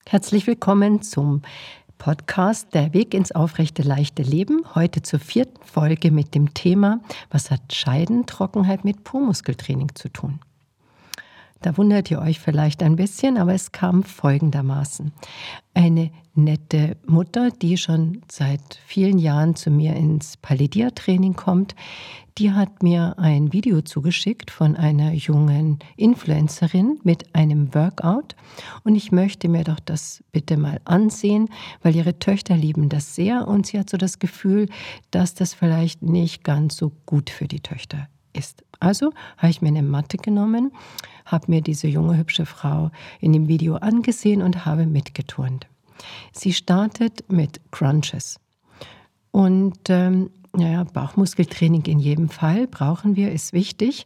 Herzlich willkommen zum Podcast Der Weg ins aufrechte, leichte Leben. Heute zur 4. Folge mit dem Thema: Was hat Scheidentrockenheit mit Po-Muskeltraining zu tun? Da wundert ihr euch vielleicht ein bisschen, aber es kam folgendermaßen. Eine nette Mutter, die schon seit vielen Jahren zu mir ins Palidia-Training kommt, die hat mir ein Video zugeschickt von einer jungen Influencerin mit einem Workout. Und ich möchte mir doch das bitte mal ansehen, weil ihre Töchter lieben das sehr und sie hat so das Gefühl, dass das vielleicht nicht ganz so gut für die Töchter ist. Also habe ich mir eine Matte genommen, habe mir diese junge, hübsche Frau in dem Video angesehen und habe mitgeturnt. Sie startet mit Crunches. Und Bauchmuskeltraining in jedem Fall brauchen wir, ist wichtig.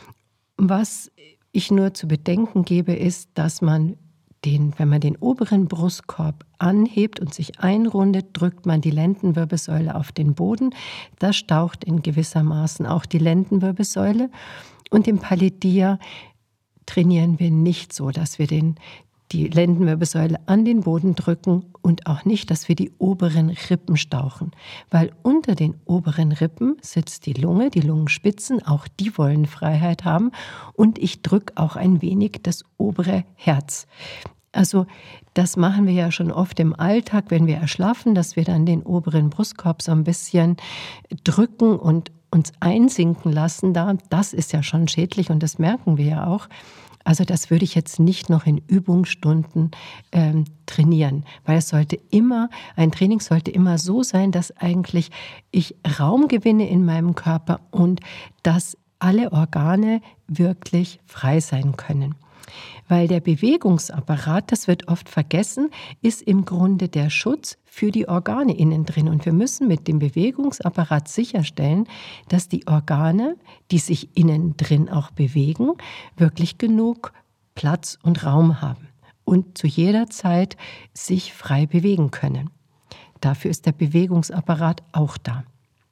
Was ich nur zu bedenken gebe, ist, dass man wenn man den oberen Brustkorb anhebt und sich einrundet, drückt man die Lendenwirbelsäule auf den Boden. Das staucht in gewissermaßen auch die Lendenwirbelsäule. Und im Palidia trainieren wir nicht so, dass wir die Lendenwirbelsäule an den Boden drücken und auch nicht, dass wir die oberen Rippen stauchen. Weil unter den oberen Rippen sitzt die Lunge, die Lungenspitzen, auch die wollen Freiheit haben. Und ich drücke auch ein wenig das obere Herz. Also das machen wir ja schon oft im Alltag, wenn wir erschlafen, dass wir dann den oberen Brustkorb so ein bisschen drücken und uns einsinken lassen. Das ist ja schon schädlich und das merken wir ja auch. Also das würde ich jetzt nicht noch in Übungsstunden trainieren, weil ein Training sollte immer so sein, dass eigentlich ich Raum gewinne in meinem Körper und dass alle Organe wirklich frei sein können. Weil der Bewegungsapparat, das wird oft vergessen, ist im Grunde der Schutz für die Organe innen drin. Und wir müssen mit dem Bewegungsapparat sicherstellen, dass die Organe, die sich innen drin auch bewegen, wirklich genug Platz und Raum haben und zu jeder Zeit sich frei bewegen können. Dafür ist der Bewegungsapparat auch da.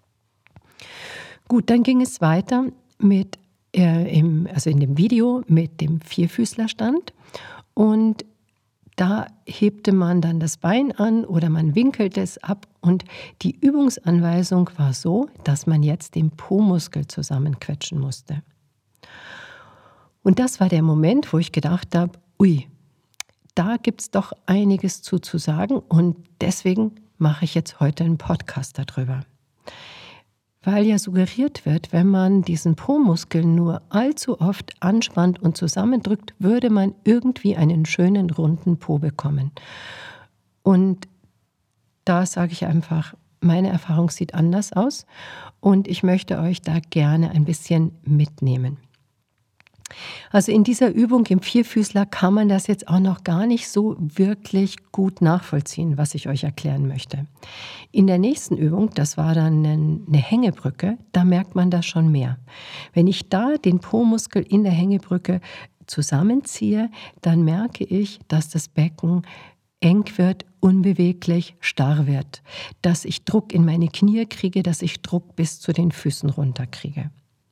Gut, dann ging es weiter in dem Video mit dem Vierfüßlerstand und da hebte man dann das Bein an oder man winkelte es ab und die Übungsanweisung war so, dass man jetzt den Po-Muskel zusammenquetschen musste. Und das war der Moment, wo ich gedacht habe, ui, da gibt es doch einiges zu sagen und deswegen mache ich jetzt heute einen Podcast darüber. Weil ja suggeriert wird, wenn man diesen Po-Muskel nur allzu oft anspannt und zusammendrückt, würde man irgendwie einen schönen, runden Po bekommen. Und da sage ich einfach, meine Erfahrung sieht anders aus und ich möchte euch da gerne ein bisschen mitnehmen. Also in dieser Übung im Vierfüßler kann man das jetzt auch noch gar nicht so wirklich gut nachvollziehen, was ich euch erklären möchte. In der nächsten Übung, das war dann eine Hängebrücke, da merkt man das schon mehr. Wenn ich da den Po-Muskel in der Hängebrücke zusammenziehe, dann merke ich, dass das Becken eng wird, unbeweglich, starr wird, dass ich Druck in meine Knie kriege, dass ich Druck bis zu den Füßen runter kriege.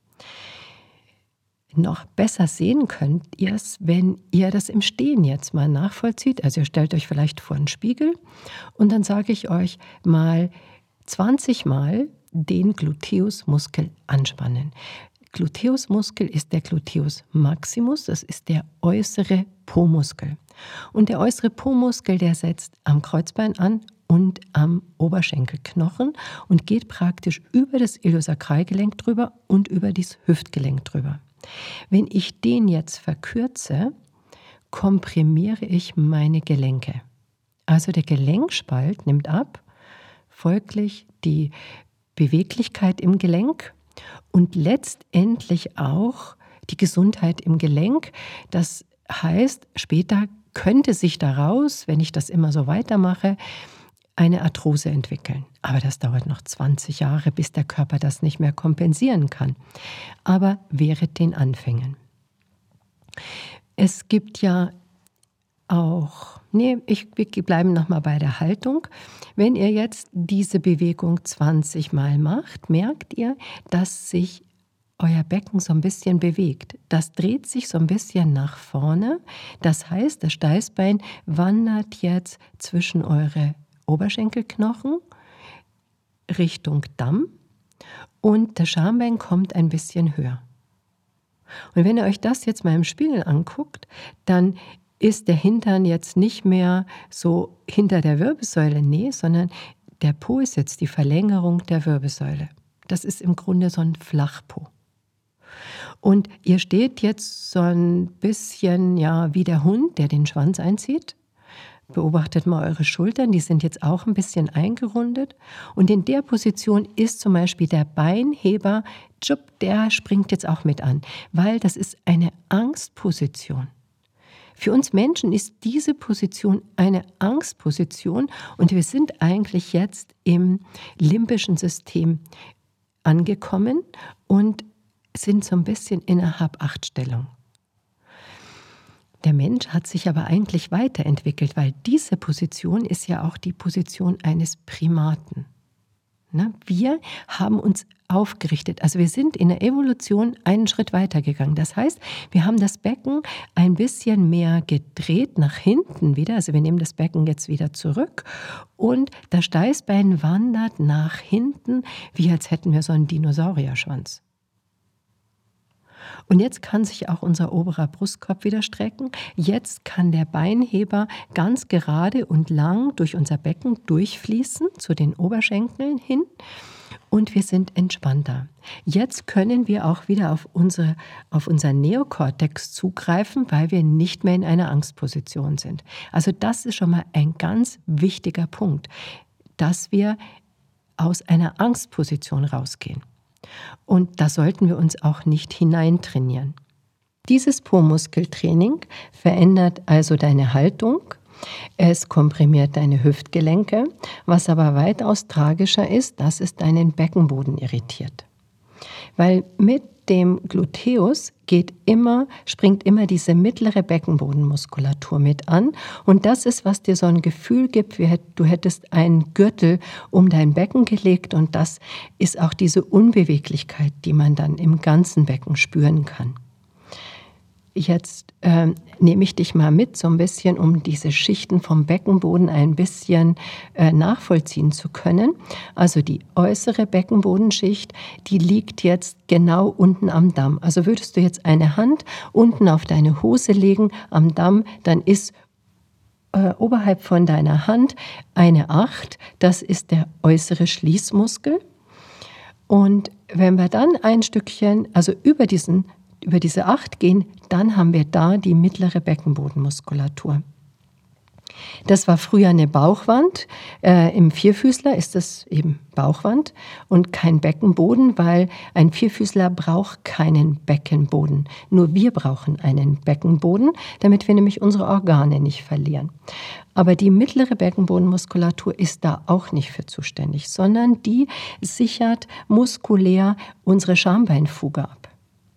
Noch besser sehen könnt ihr es, wenn ihr das im Stehen jetzt mal nachvollzieht. Also ihr stellt euch vielleicht vor einen Spiegel und dann sage ich euch mal 20 Mal den Gluteusmuskel anspannen. Gluteusmuskel ist der Gluteus maximus, das ist der äußere Po-Muskel. Und der äußere Po-Muskel, der setzt am Kreuzbein an und am Oberschenkelknochen und geht praktisch über das Iliosakralgelenk drüber und über das Hüftgelenk drüber. Wenn ich den jetzt verkürze, komprimiere ich meine Gelenke. Also der Gelenkspalt nimmt ab, folglich die Beweglichkeit im Gelenk und letztendlich auch die Gesundheit im Gelenk. Das heißt, später könnte sich daraus, wenn ich das immer so weitermache, eine Arthrose entwickeln. Aber das dauert noch 20 Jahre, bis der Körper das nicht mehr kompensieren kann. Aber während den Anfängen. Es gibt ja auch, wir bleiben nochmal bei der Haltung. Wenn ihr jetzt diese Bewegung 20 Mal macht, merkt ihr, dass sich euer Becken so ein bisschen bewegt. Das dreht sich so ein bisschen nach vorne. Das heißt, das Steißbein wandert jetzt zwischen eure Oberschenkelknochen Richtung Damm und das Schambein kommt ein bisschen höher. Und wenn ihr euch das jetzt mal im Spiegel anguckt, dann ist der Hintern jetzt nicht mehr so hinter der Wirbelsäule, nee, sondern der Po ist jetzt die Verlängerung der Wirbelsäule. Das ist im Grunde so ein Flachpo. Und ihr steht jetzt so ein bisschen wie der Hund, der den Schwanz einzieht. Beobachtet mal eure Schultern, die sind jetzt auch ein bisschen eingerundet. Und in der Position ist zum Beispiel der Beinheber, der springt jetzt auch mit an, weil das ist eine Angstposition. Für uns Menschen ist diese Position eine Angstposition und wir sind eigentlich jetzt im limbischen System angekommen und sind so ein bisschen in einer Hab-Acht-Stellung. Der Mensch hat sich aber eigentlich weiterentwickelt, weil diese Position ist ja auch die Position eines Primaten. Wir haben uns aufgerichtet, also wir sind in der Evolution einen Schritt weitergegangen. Das heißt, wir haben das Becken ein bisschen mehr gedreht nach hinten wieder, also wir nehmen das Becken jetzt wieder zurück und das Steißbein wandert nach hinten, wie als hätten wir so einen Dinosaurierschwanz. Und jetzt kann sich auch unser oberer Brustkorb wieder strecken. Jetzt kann der Beinheber ganz gerade und lang durch unser Becken durchfließen zu den Oberschenkeln hin und wir sind entspannter. Jetzt können wir auch wieder auf unseren Neokortex zugreifen, weil wir nicht mehr in einer Angstposition sind. Also das ist schon mal ein ganz wichtiger Punkt, dass wir aus einer Angstposition rausgehen. Und da sollten wir uns auch nicht hineintrainieren. Dieses Po-Muskeltraining verändert also deine Haltung, es komprimiert deine Hüftgelenke, was aber weitaus tragischer ist, dass es deinen Beckenboden irritiert. Weil mit dem Gluteus springt immer diese mittlere Beckenbodenmuskulatur mit an. Und das ist, was dir so ein Gefühl gibt, wie du hättest einen Gürtel um dein Becken gelegt. Und das ist auch diese Unbeweglichkeit, die man dann im ganzen Becken spüren kann. Jetzt nehme ich dich mal mit, so ein bisschen, um diese Schichten vom Beckenboden ein bisschen nachvollziehen zu können. Also die äußere Beckenbodenschicht, die liegt jetzt genau unten am Damm. Also würdest du jetzt eine Hand unten auf deine Hose legen am Damm, dann ist oberhalb von deiner Hand eine 8, das ist der äußere Schließmuskel. Und wenn wir dann ein Stückchen, also über diese 8 gehen, dann haben wir da die mittlere Beckenbodenmuskulatur. Das war früher eine Bauchwand. Im Vierfüßler ist das eben Bauchwand und kein Beckenboden, weil ein Vierfüßler braucht keinen Beckenboden. Nur wir brauchen einen Beckenboden, damit wir nämlich unsere Organe nicht verlieren. Aber die mittlere Beckenbodenmuskulatur ist da auch nicht für zuständig, sondern die sichert muskulär unsere Schambeinfuge ab.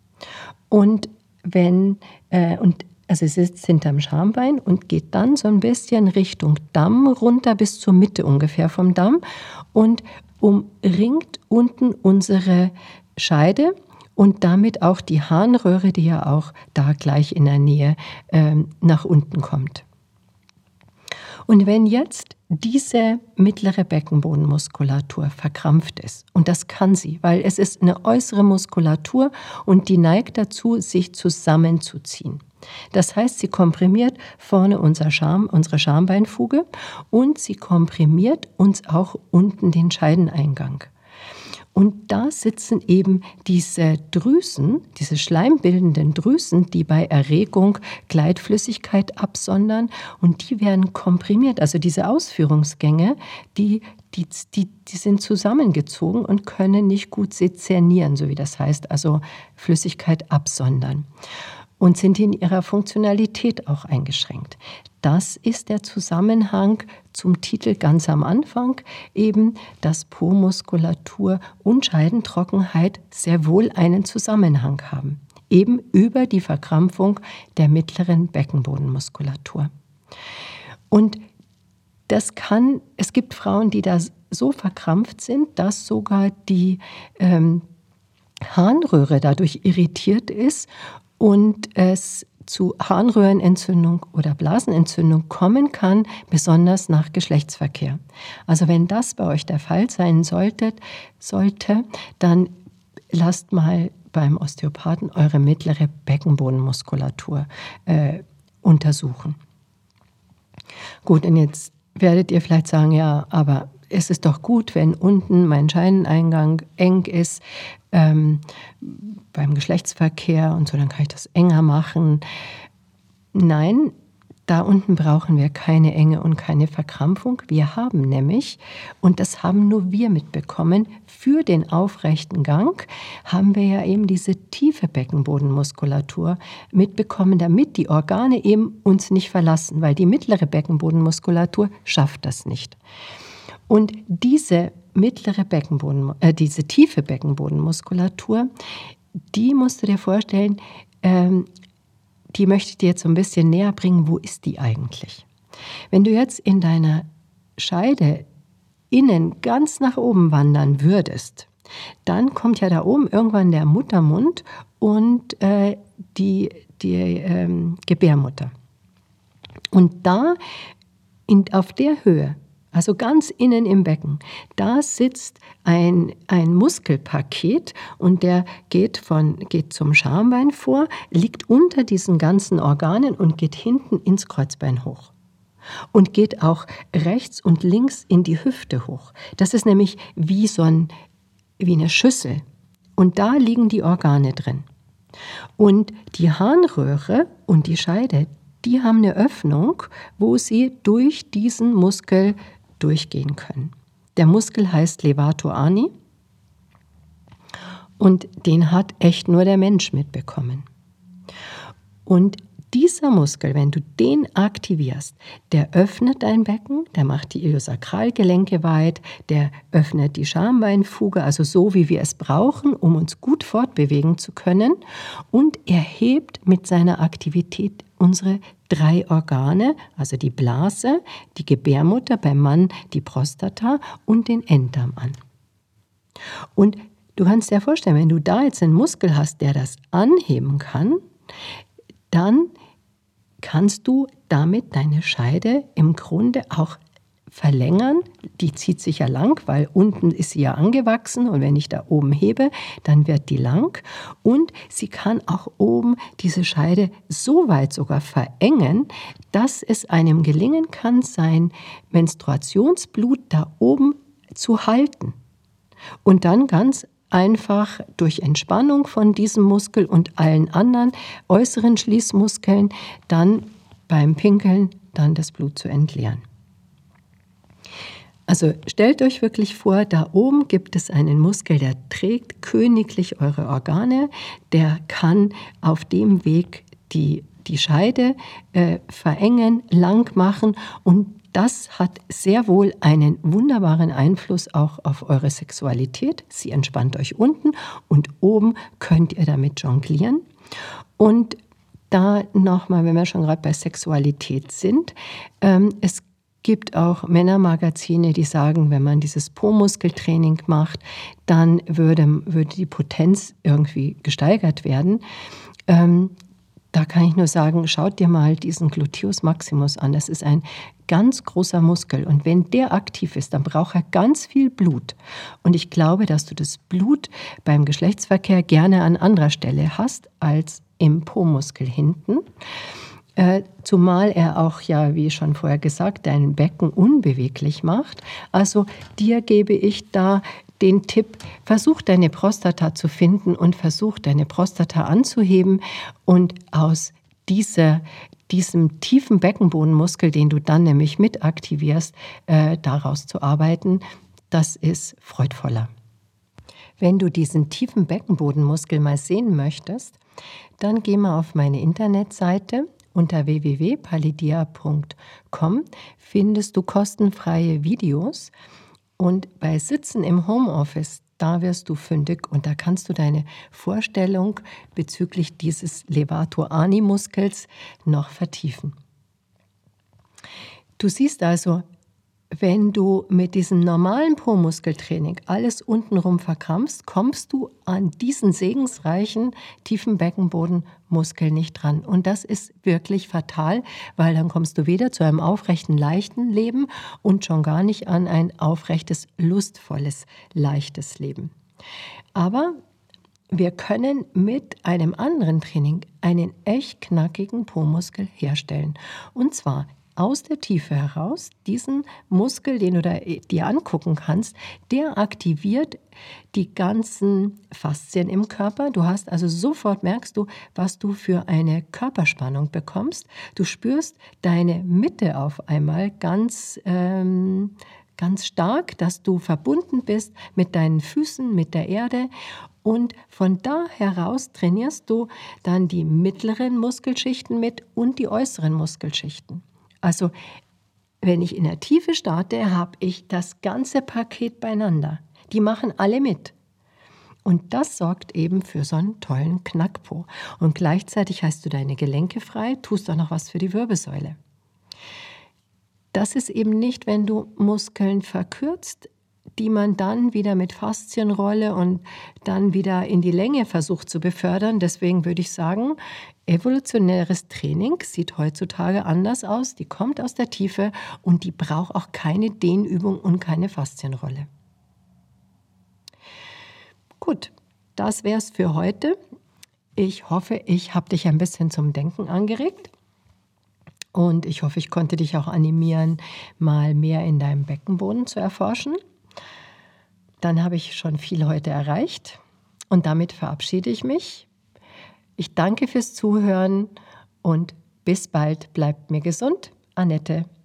Also es sitzt hinterm Schambein und geht dann so ein bisschen Richtung Damm runter bis zur Mitte ungefähr vom Damm und umringt unten unsere Scheide und damit auch die Harnröhre, die ja auch da gleich in der Nähe nach unten kommt. Und wenn jetzt diese mittlere Beckenbodenmuskulatur verkrampft ist, und das kann sie, weil es ist eine äußere Muskulatur und die neigt dazu, sich zusammenzuziehen. Das heißt, sie komprimiert vorne unsere Schambeinfuge und sie komprimiert uns auch unten den Scheideneingang. Und da sitzen eben diese Drüsen, diese schleimbildenden Drüsen, die bei Erregung Gleitflüssigkeit absondern und die werden komprimiert. Also diese Ausführungsgänge, die sind zusammengezogen und können nicht gut sezernieren, so wie das heißt, also Flüssigkeit absondern. Und sind in ihrer Funktionalität auch eingeschränkt. Das ist der Zusammenhang zum Titel ganz am Anfang, eben, dass Po-Muskulatur und Scheidentrockenheit sehr wohl einen Zusammenhang haben, eben über die Verkrampfung der mittleren Beckenbodenmuskulatur. Und es gibt Frauen, die da so verkrampft sind, dass sogar die Harnröhre dadurch irritiert ist und es zu Harnröhrenentzündung oder Blasenentzündung kommen kann, besonders nach Geschlechtsverkehr. Also wenn das bei euch der Fall sein sollte, dann lasst mal beim Osteopathen eure mittlere Beckenbodenmuskulatur untersuchen. Gut, und jetzt werdet ihr vielleicht sagen, ja, aber es ist doch gut, wenn unten mein Scheideneingang eng ist beim Geschlechtsverkehr und so, dann kann ich das enger machen. Nein, da unten brauchen wir keine Enge und keine Verkrampfung. Wir haben nämlich, und das haben nur wir mitbekommen, für den aufrechten Gang haben wir ja eben diese tiefe Beckenbodenmuskulatur mitbekommen, damit die Organe eben uns nicht verlassen, weil die mittlere Beckenbodenmuskulatur schafft das nicht. Und diese diese tiefe Beckenbodenmuskulatur, die musst du dir vorstellen, die möchte ich dir jetzt so ein bisschen näher bringen, wo ist die eigentlich? Wenn du jetzt in deiner Scheide innen ganz nach oben wandern würdest, dann kommt ja da oben irgendwann der Muttermund und die Gebärmutter. Und da auf der Höhe, also ganz innen im Becken, da sitzt ein Muskelpaket und der geht zum Schambein vor, liegt unter diesen ganzen Organen und geht hinten ins Kreuzbein hoch. Und geht auch rechts und links in die Hüfte hoch. Das ist nämlich wie eine Schüssel. Und da liegen die Organe drin. Und die Harnröhre und die Scheide, die haben eine Öffnung, wo sie durch diesen Muskel durchgehen können. Der Muskel heißt Levator ani und den hat echt nur der Mensch mitbekommen. Und dieser Muskel, wenn du den aktivierst, der öffnet dein Becken, der macht die Iliosakralgelenke weit, der öffnet die Schambeinfuge, also so, wie wir es brauchen, um uns gut fortbewegen zu können. Und er hebt mit seiner Aktivität unsere 3 Organe, also die Blase, die Gebärmutter, beim Mann die Prostata und den Enddarm an. Und du kannst dir vorstellen, wenn du da jetzt einen Muskel hast, der das anheben kann, dann kannst du damit deine Scheide im Grunde auch verlängern. Die zieht sich ja lang, weil unten ist sie ja angewachsen und wenn ich da oben hebe, dann wird die lang. Und sie kann auch oben diese Scheide so weit sogar verengen, dass es einem gelingen kann, sein Menstruationsblut da oben zu halten. Und dann ganz einfach durch Entspannung von diesem Muskel und allen anderen äußeren Schließmuskeln dann beim Pinkeln dann das Blut zu entleeren. Also stellt euch wirklich vor, da oben gibt es einen Muskel, der trägt königlich eure Organe, der kann auf dem Weg die Scheide verengen, lang machen und das hat sehr wohl einen wunderbaren Einfluss auch auf eure Sexualität. Sie entspannt euch unten und oben könnt ihr damit jonglieren. Und da nochmal, wenn wir schon gerade bei Sexualität sind, es gibt auch Männermagazine, die sagen, wenn man dieses Po-Muskeltraining macht, dann würde die Potenz irgendwie gesteigert werden. Da kann ich nur sagen, schaut dir mal diesen Gluteus maximus an. Das ist ein ganz großer Muskel. Und wenn der aktiv ist, dann braucht er ganz viel Blut. Und ich glaube, dass du das Blut beim Geschlechtsverkehr gerne an anderer Stelle hast als im Po-Muskel hinten. Zumal er auch ja, wie schon vorher gesagt, dein Becken unbeweglich macht. Also dir gebe ich da den Tipp, versuch deine Prostata zu finden und versuch deine Prostata anzuheben und aus diesem tiefen Beckenbodenmuskel, den du dann nämlich mit aktivierst, daraus zu arbeiten, das ist freudvoller. Wenn du diesen tiefen Beckenbodenmuskel mal sehen möchtest, dann geh mal auf meine Internetseite. Unter www.palidia.com findest du kostenfreie Videos und bei Sitzen im Homeoffice, da wirst du fündig und da kannst du deine Vorstellung bezüglich dieses Levator ani Muskels noch vertiefen. Du siehst also, wenn du mit diesem normalen Po-Muskeltraining alles untenrum verkrampfst, kommst du an diesen segensreichen tiefen Beckenbodenmuskel nicht dran. Und das ist wirklich fatal, weil dann kommst du weder zu einem aufrechten, leichten Leben und schon gar nicht an ein aufrechtes, lustvolles, leichtes Leben. Aber wir können mit einem anderen Training einen echt knackigen Po-Muskel herstellen. Und zwar aus der Tiefe heraus, diesen Muskel, den du dir angucken kannst, der aktiviert die ganzen Faszien im Körper. Du hast also sofort, merkst du, was du für eine Körperspannung bekommst. Du spürst deine Mitte auf einmal ganz stark, dass du verbunden bist mit deinen Füßen, mit der Erde. Und von da heraus trainierst du dann die mittleren Muskelschichten mit und die äußeren Muskelschichten. Also wenn ich in der Tiefe starte, habe ich das ganze Paket beieinander. Die machen alle mit. Und das sorgt eben für so einen tollen Knackpo. Und gleichzeitig hast du deine Gelenke frei, tust auch noch was für die Wirbelsäule. Das ist eben nicht, wenn du Muskeln verkürzt, die man dann wieder mit Faszienrolle und dann wieder in die Länge versucht zu befördern. Deswegen würde ich sagen, evolutionäres Training sieht heutzutage anders aus. Die kommt aus der Tiefe und die braucht auch keine Dehnübung und keine Faszienrolle. Gut, das wäre es für heute. Ich hoffe, ich habe dich ein bisschen zum Denken angeregt. Und ich hoffe, ich konnte dich auch animieren, mal mehr in deinem Beckenboden zu erforschen. Dann habe ich schon viel heute erreicht und damit verabschiede ich mich. Ich danke fürs Zuhören und bis bald. Bleibt mir gesund. Annette.